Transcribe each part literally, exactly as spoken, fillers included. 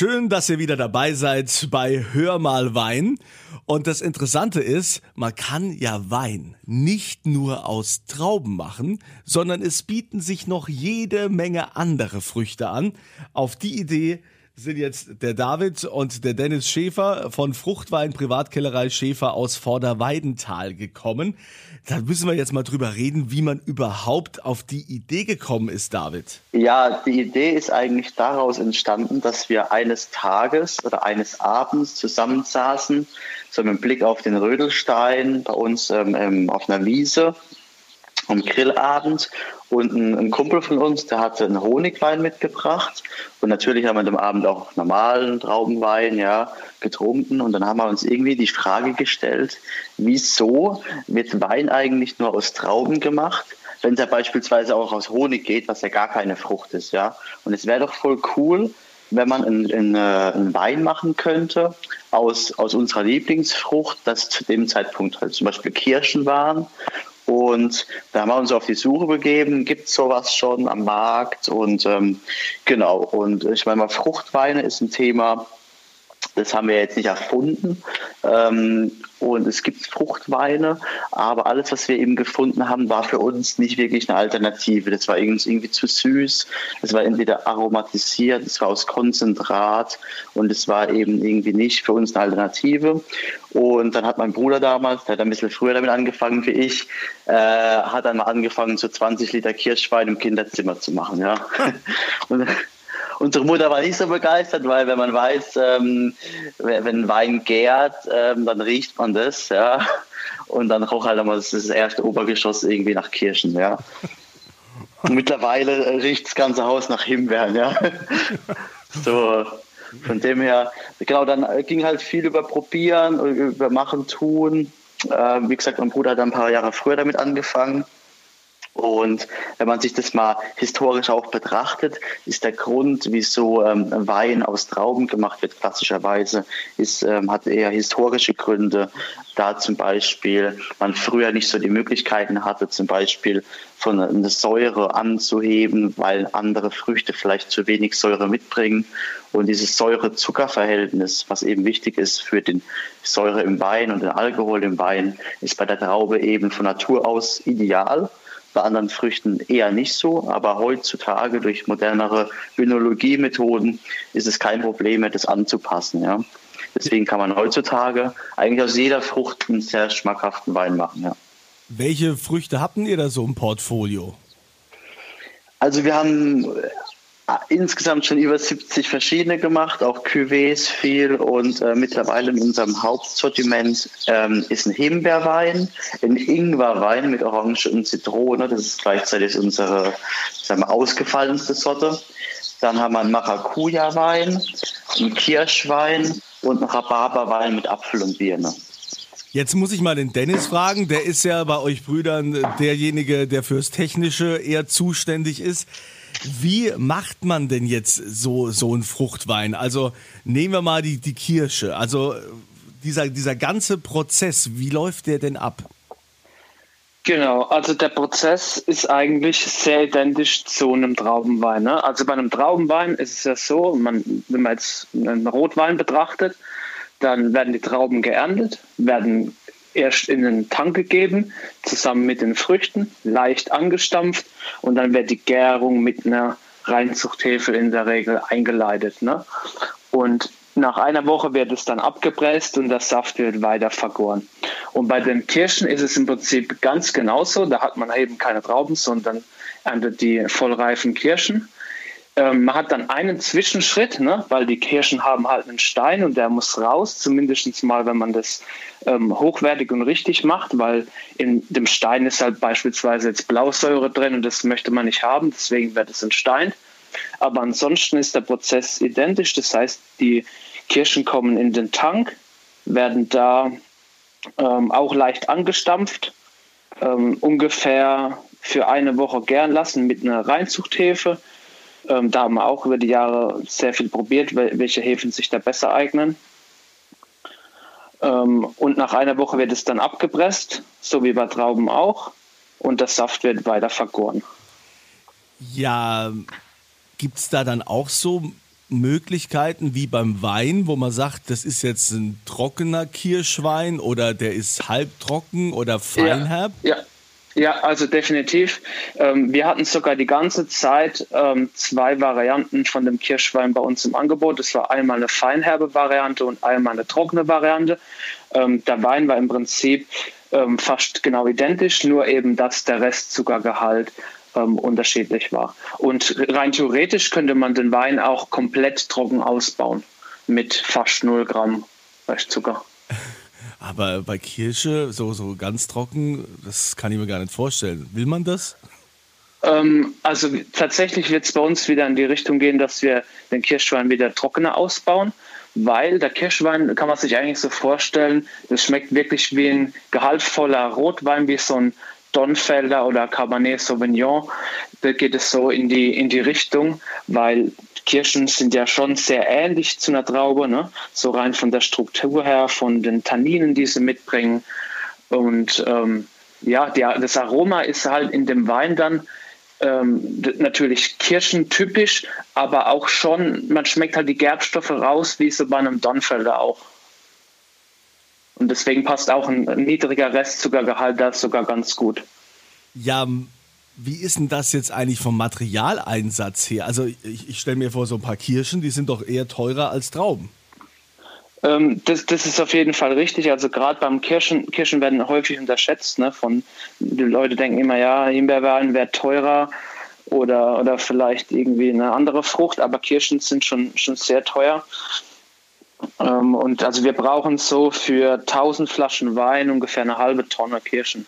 Schön, dass ihr wieder dabei seid bei Hör mal Wein. Und das Interessante ist, man kann ja Wein nicht nur aus Trauben machen, sondern es bieten sich noch jede Menge andere Früchte an. Auf die Idee sind jetzt der David und der Dennis Schäfer von Fruchtwein Privatkellerei Schäfer aus Vorderweidenthal gekommen. Da müssen wir jetzt mal drüber reden, wie man überhaupt auf die Idee gekommen ist, David. Ja, die Idee ist eigentlich daraus entstanden, dass wir eines Tages oder eines Abends zusammensaßen, so mit Blick auf den Rödelstein bei uns ähm, auf einer Wiese am Grillabend. Und ein, ein Kumpel von uns, der hatte einen Honigwein mitgebracht. Und natürlich haben wir an dem Abend auch normalen Traubenwein ja, getrunken. Und dann haben wir uns irgendwie die Frage gestellt, wieso wird Wein eigentlich nur aus Trauben gemacht, wenn es ja beispielsweise auch aus Honig geht, was ja gar keine Frucht ist. Ja? Und es wäre doch voll cool, wenn man einen, einen, einen Wein machen könnte aus, aus unserer Lieblingsfrucht, das zu dem Zeitpunkt halt zum Beispiel Kirschen waren. Und da haben wir uns auf die Suche begeben, gibt es sowas schon am Markt und ähm, genau, und ich meine mal, Fruchtweine ist ein Thema, das haben wir jetzt nicht erfunden ähm, und es gibt Fruchtweine, aber alles, was wir eben gefunden haben, war für uns nicht wirklich eine Alternative. Das war irgendwie, irgendwie zu süß, es war entweder aromatisiert, es war aus Konzentrat und es war eben irgendwie nicht für uns eine Alternative. Und dann hat mein Bruder damals, der hat ein bisschen früher damit angefangen wie ich, äh, hat dann mal angefangen, so zwanzig Liter Kirschwein im Kinderzimmer zu machen. Ja. Und unsere Mutter war nicht so begeistert, weil wenn man weiß, ähm, wenn Wein gärt, ähm, dann riecht man das, ja. Und dann roch halt einmal das erste Obergeschoss irgendwie nach Kirschen, ja. Und mittlerweile riecht das ganze Haus nach Himbeeren, ja. So, von dem her, genau, dann ging halt viel über Probieren, über Machen, Tun. Äh, wie gesagt, mein Bruder hat ein paar Jahre früher damit angefangen. Und wenn man sich das mal historisch auch betrachtet, ist der Grund, wieso ähm, Wein aus Trauben gemacht wird, klassischerweise, ist, ähm, hat eher historische Gründe. Da zum Beispiel man früher nicht so die Möglichkeiten hatte, zum Beispiel von einer Säure anzuheben, weil andere Früchte vielleicht zu wenig Säure mitbringen. Und dieses Säure-Zucker-Verhältnis, was eben wichtig ist für den Säure im Wein und den Alkohol im Wein, ist bei der Traube eben von Natur aus ideal. Bei anderen Früchten eher nicht so, aber heutzutage durch modernere Önologiemethoden ist es kein Problem mehr, das anzupassen. Ja. Deswegen kann man heutzutage eigentlich aus jeder Frucht einen sehr schmackhaften Wein machen. Ja. Welche Früchte habt ihr da so im Portfolio? Also wir haben insgesamt schon über siebzig verschiedene gemacht, auch Cuvées viel und äh, mittlerweile in unserem Hauptsortiment ähm, ist ein Himbeerwein, ein Ingwerwein mit Orange und Zitrone, das ist gleichzeitig unsere, sagen wir, ausgefallenste Sorte. Dann haben wir einen Maracuja-Wein, einen Kirschwein und einen Rhabarberwein mit Apfel und Birne. Jetzt muss ich mal den Dennis fragen, der ist ja bei euch Brüdern derjenige, der fürs Technische eher zuständig ist. Wie macht man denn jetzt so, so einen Fruchtwein? Also nehmen wir mal die, die Kirsche. Also dieser, dieser ganze Prozess, wie läuft der denn ab? Genau, also der Prozess ist eigentlich sehr identisch zu einem Traubenwein. Ne? Also bei einem Traubenwein ist es ja so, man, wenn man jetzt einen Rotwein betrachtet, dann werden die Trauben geerntet, werden erst in den Tank gegeben, zusammen mit den Früchten, leicht angestampft und dann wird die Gärung mit einer Reinzuchthefe in der Regel eingeleitet. Ne? Und nach einer Woche wird es dann abgepresst und der Saft wird weiter vergoren. Und bei den Kirschen ist es im Prinzip ganz genauso. Da hat man eben keine Trauben, sondern erntet die vollreifen Kirschen. Ähm, man hat dann einen Zwischenschritt, ne, weil die Kirschen haben halt einen Stein und der muss raus, zumindest mal, wenn man das ähm, hochwertig und richtig macht, weil in dem Stein ist halt beispielsweise jetzt Blausäure drin und das möchte man nicht haben, deswegen wird es entsteint. Aber ansonsten ist der Prozess identisch, das heißt, die Kirschen kommen in den Tank, werden da ähm, auch leicht angestampft, ähm, ungefähr für eine Woche gären lassen mit einer Reinzuchthefe. Ähm, da haben wir auch über die Jahre sehr viel probiert, welche Hefen sich da besser eignen. Ähm, und nach einer Woche wird es dann abgepresst, so wie bei Trauben auch. Und der Saft wird weiter vergoren. Ja, gibt es da dann auch so Möglichkeiten wie beim Wein, wo man sagt, das ist jetzt ein trockener Kirschwein oder der ist halbtrocken oder feinherb? Ja, ja. Ja, also definitiv. Ähm, wir hatten sogar die ganze Zeit ähm, zwei Varianten von dem Kirschwein bei uns im Angebot. Das war einmal eine feinherbe Variante und einmal eine trockene Variante. Ähm, der Wein war im Prinzip ähm, fast genau identisch, nur eben, dass der Restzuckergehalt ähm, unterschiedlich war. Und rein theoretisch könnte man den Wein auch komplett trocken ausbauen mit fast null Gramm Restzucker. Aber bei Kirsche, so, so ganz trocken, das kann ich mir gar nicht vorstellen. Will man das? Ähm, also tatsächlich wird es bei uns wieder in die Richtung gehen, dass wir den Kirschwein wieder trockener ausbauen, weil der Kirschwein, kann man sich eigentlich so vorstellen, das schmeckt wirklich wie ein gehaltvoller Rotwein, wie so ein Dornfelder oder Cabernet Sauvignon. Da geht es so in die, in die Richtung, weil Kirschen sind ja schon sehr ähnlich zu einer Traube, ne? So rein von der Struktur her, von den Tanninen, die sie mitbringen. Und ähm, ja, der, das Aroma ist halt in dem Wein dann ähm, natürlich kirschentypisch, aber auch schon, man schmeckt halt die Gerbstoffe raus, wie so bei einem Dornfelder auch. Und deswegen passt auch ein niedriger Restzuckergehalt da sogar ganz gut. Ja, wie ist denn das jetzt eigentlich vom Materialeinsatz her? Also ich, ich stelle mir vor, so ein paar Kirschen, die sind doch eher teurer als Trauben. Ähm, das, das ist auf jeden Fall richtig. Also gerade beim Kirschen, Kirschen werden häufig unterschätzt. Ne? Von, die Leute denken immer, ja, Himbeerwein wäre teurer oder, oder vielleicht irgendwie eine andere Frucht, aber Kirschen sind schon, schon sehr teuer. Ähm, und also wir brauchen so für tausend Flaschen Wein ungefähr eine halbe Tonne Kirschen.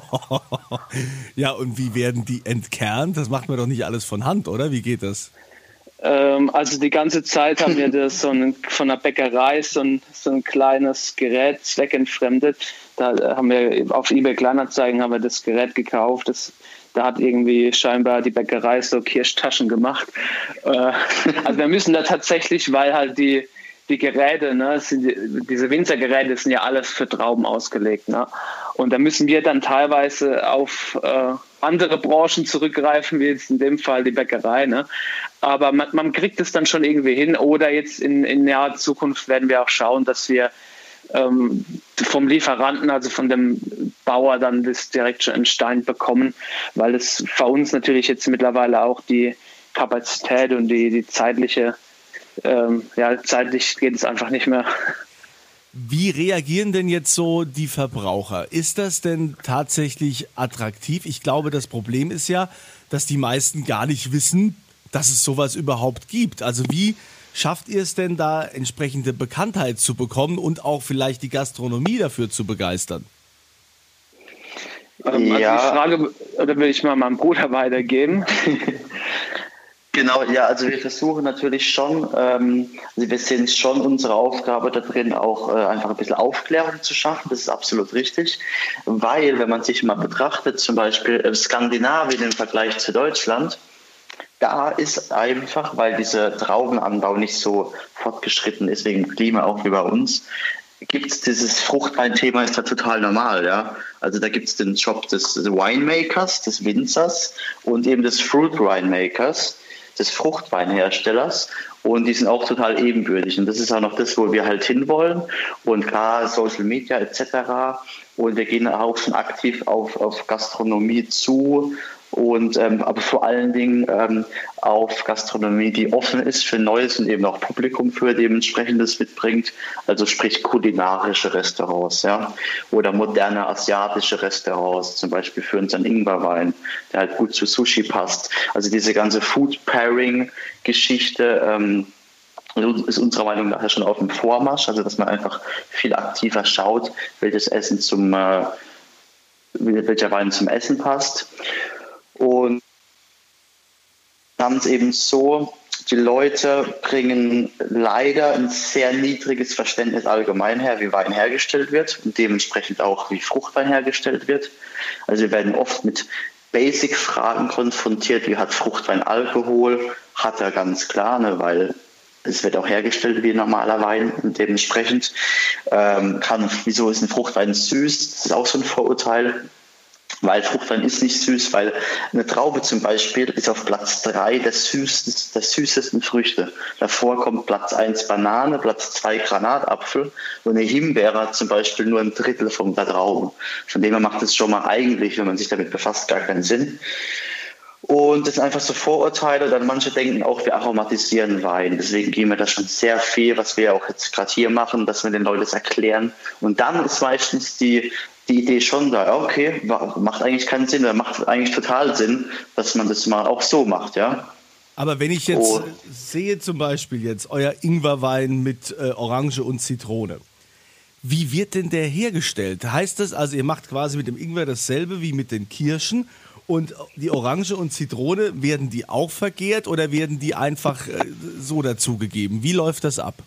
Ja, und wie werden die entkernt? Das macht man doch nicht alles von Hand, oder? Wie geht das? Ähm, also die ganze Zeit haben wir das so ein, von der Bäckerei so ein, so ein kleines Gerät zweckentfremdet. Da haben wir auf eBay Kleinanzeigen haben wir das Gerät gekauft. Das, da hat irgendwie scheinbar die Bäckerei so Kirschtaschen gemacht. Äh, also wir müssen da tatsächlich, weil halt die Die Geräte, ne, sind, diese Winzergeräte sind ja alles für Trauben ausgelegt. Ne? Und da müssen wir dann teilweise auf äh, andere Branchen zurückgreifen, wie jetzt in dem Fall die Bäckerei. Ne? Aber man, man kriegt es dann schon irgendwie hin. Oder jetzt in, in naher Zukunft werden wir auch schauen, dass wir ähm, vom Lieferanten, also von dem Bauer, dann das direkt schon in Stein bekommen, weil es für uns natürlich jetzt mittlerweile auch die Kapazität und die, die zeitliche Ähm, ja, zeitlich geht es einfach nicht mehr. Wie reagieren denn jetzt so die Verbraucher? Ist das denn tatsächlich attraktiv? Ich glaube, das Problem ist ja, dass die meisten gar nicht wissen, dass es sowas überhaupt gibt. Also wie schafft ihr es denn da, entsprechende Bekanntheit zu bekommen und auch vielleicht die Gastronomie dafür zu begeistern? Ähm, also Ja. die Frage, oder will ich mal meinem Bruder weitergeben? Genau, ja, also wir versuchen natürlich schon, ähm, also wir sehen schon unsere Aufgabe da drin, auch äh, einfach ein bisschen Aufklärung zu schaffen, das ist absolut richtig, weil wenn man sich mal betrachtet, zum Beispiel äh, Skandinavien im Vergleich zu Deutschland, da ist einfach, weil dieser Traubenanbau nicht so fortgeschritten ist, wegen dem Klima auch wie bei uns, gibt es dieses Fruchtwein-Thema, ist da total normal, ja. Also da gibt es den Job des Winemakers, des Winzers und eben des Fruit Winemakers, des Fruchtweinherstellers, und die sind auch total ebenbürtig. Und das ist auch noch das, wo wir halt hinwollen. Und klar, Social Media et cetera. Und wir gehen auch schon aktiv auf, auf Gastronomie zu. Und ähm, aber vor allen Dingen ähm, auf Gastronomie, die offen ist für Neues und eben auch Publikum für dementsprechendes mitbringt, also sprich kulinarische Restaurants, ja, oder moderne asiatische Restaurants, zum Beispiel für unseren Ingwerwein, der halt gut zu Sushi passt. Also diese ganze Food-Pairing-Geschichte ähm, ist unserer Meinung nach schon auf dem Vormarsch, also dass man einfach viel aktiver schaut, welches Essen zum äh, welcher Wein zum Essen passt. Und haben es eben so, die Leute bringen leider ein sehr niedriges Verständnis allgemein her, wie Wein hergestellt wird und dementsprechend auch, wie Fruchtwein hergestellt wird. Also wir werden oft mit Basic-Fragen konfrontiert, wie hat Fruchtwein Alkohol? Hat er ganz klar, ne, weil es wird auch hergestellt wie normaler Wein und dementsprechend ähm, kann, wieso ist ein Fruchtwein süß? Das ist auch so ein Vorurteil. Weil Fruchtwein ist nicht süß, weil eine Traube zum Beispiel ist auf Platz drei der süßesten, der süßesten Früchte. Davor kommt Platz eins Banane, Platz zwei Granatapfel und eine Himbeere hat zum Beispiel nur ein Drittel von der Traube. Von dem her macht es schon mal eigentlich, wenn man sich damit befasst, gar keinen Sinn. Und das sind einfach so Vorurteile, dann manche denken auch, wir aromatisieren Wein. Deswegen gehen wir da schon sehr viel, was wir auch jetzt gerade hier machen, dass wir den Leuten das erklären. Und dann ist meistens die, die Idee schon da, okay, macht eigentlich keinen Sinn, oder macht eigentlich total Sinn, dass man das mal auch so macht, ja. Aber wenn ich jetzt oh. sehe zum Beispiel jetzt euer Ingwerwein mit äh, Orange und Zitrone, wie wird denn der hergestellt? Heißt das also, ihr macht quasi mit dem Ingwer dasselbe wie mit den Kirschen? Und die Orange und Zitrone, werden die auch vergärt oder werden die einfach äh, so dazugegeben? Wie läuft das ab?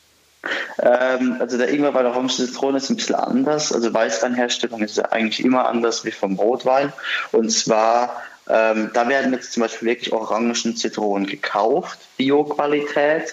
Ähm, also der Ingwer bei der Orange und Zitrone ist ein bisschen anders. Also Weißweinherstellung ist ja eigentlich immer anders wie vom Rotwein. Und zwar, ähm, da werden jetzt zum Beispiel wirklich Orangen und Zitronen gekauft, Bio-Qualität.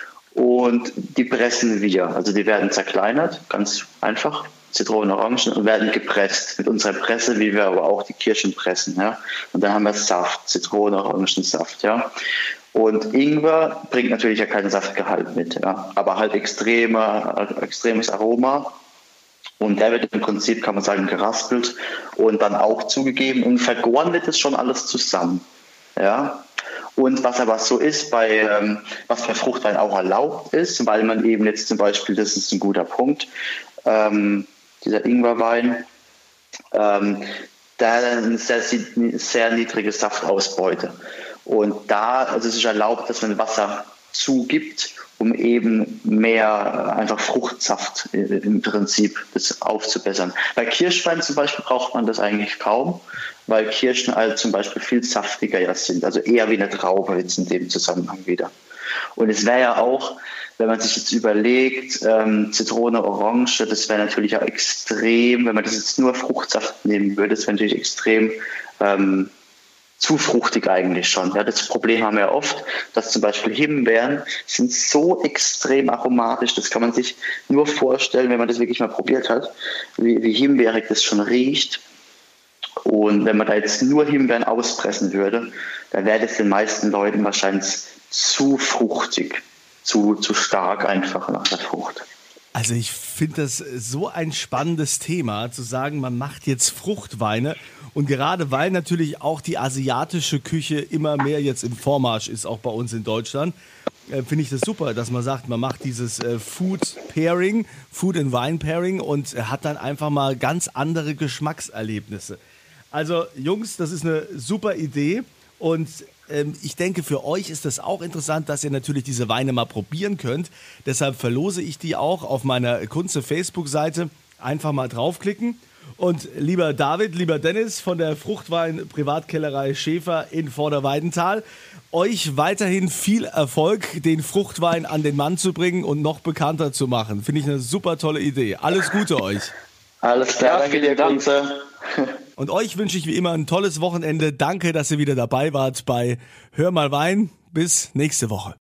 Und die pressen wir. Also die werden zerkleinert, ganz einfach. Zitronen, Orangen und werden gepresst mit unserer Presse, wie wir aber auch die Kirschen pressen. Ja? Und dann haben wir Saft, Zitronen, Orangensaft. Ja? Und Ingwer bringt natürlich ja keinen Saftgehalt mit, ja? Aber halt extremer, extremes Aroma. Und der wird im Prinzip, kann man sagen, geraspelt und dann auch zugegeben. Und vergoren wird es schon alles zusammen. Ja? Und was aber so ist, bei, ähm, was bei Fruchtwein auch erlaubt ist, weil man eben jetzt zum Beispiel, das ist ein guter Punkt, ähm, dieser Ingwerwein, ähm, da eine sehr, sehr niedrige Saftausbeute. Und da, also es ist erlaubt, dass man Wasser zugibt, um eben mehr einfach Fruchtsaft im Prinzip das aufzubessern. Bei Kirschwein zum Beispiel braucht man das eigentlich kaum, weil Kirschen halt zum Beispiel viel saftiger ja sind, also eher wie eine Traube jetzt in dem Zusammenhang wieder. Und es wäre ja auch, wenn man sich jetzt überlegt, ähm, Zitrone, Orange, das wäre natürlich auch extrem, wenn man das jetzt nur Fruchtsaft nehmen würde, das wäre natürlich extrem ähm, zu fruchtig eigentlich schon. Ja, das Problem haben wir ja oft, dass zum Beispiel Himbeeren sind so extrem aromatisch, das kann man sich nur vorstellen, wenn man das wirklich mal probiert hat, wie, wie himbeerig das schon riecht. Und wenn man da jetzt nur Himbeeren auspressen würde, dann wäre das den meisten Leuten wahrscheinlich zu fruchtig. Zu, zu stark einfach nach der Frucht. Also ich finde das so ein spannendes Thema, zu sagen, man macht jetzt Fruchtweine und gerade weil natürlich auch die asiatische Küche immer mehr jetzt im Vormarsch ist, auch bei uns in Deutschland, äh, finde ich das super, dass man sagt, man macht dieses äh, Food Pairing, Food and Wine Pairing und hat dann einfach mal ganz andere Geschmackserlebnisse. Also Jungs, das ist eine super Idee und ich denke, für euch ist das auch interessant, dass ihr natürlich diese Weine mal probieren könnt. Deshalb verlose ich die auch auf meiner Kunze Facebook-Seite. Einfach mal draufklicken. Und lieber David, lieber Dennis von der Fruchtwein-Privatkellerei Schäfer in Vorderweidenthal, euch weiterhin viel Erfolg, den Fruchtwein an den Mann zu bringen und noch bekannter zu machen. Finde ich eine super tolle Idee. Alles Gute euch. Alles klar, ja, danke dir, Kunze. Und euch wünsche ich wie immer ein tolles Wochenende. Danke, dass ihr wieder dabei wart bei Hör mal Wein. Bis nächste Woche.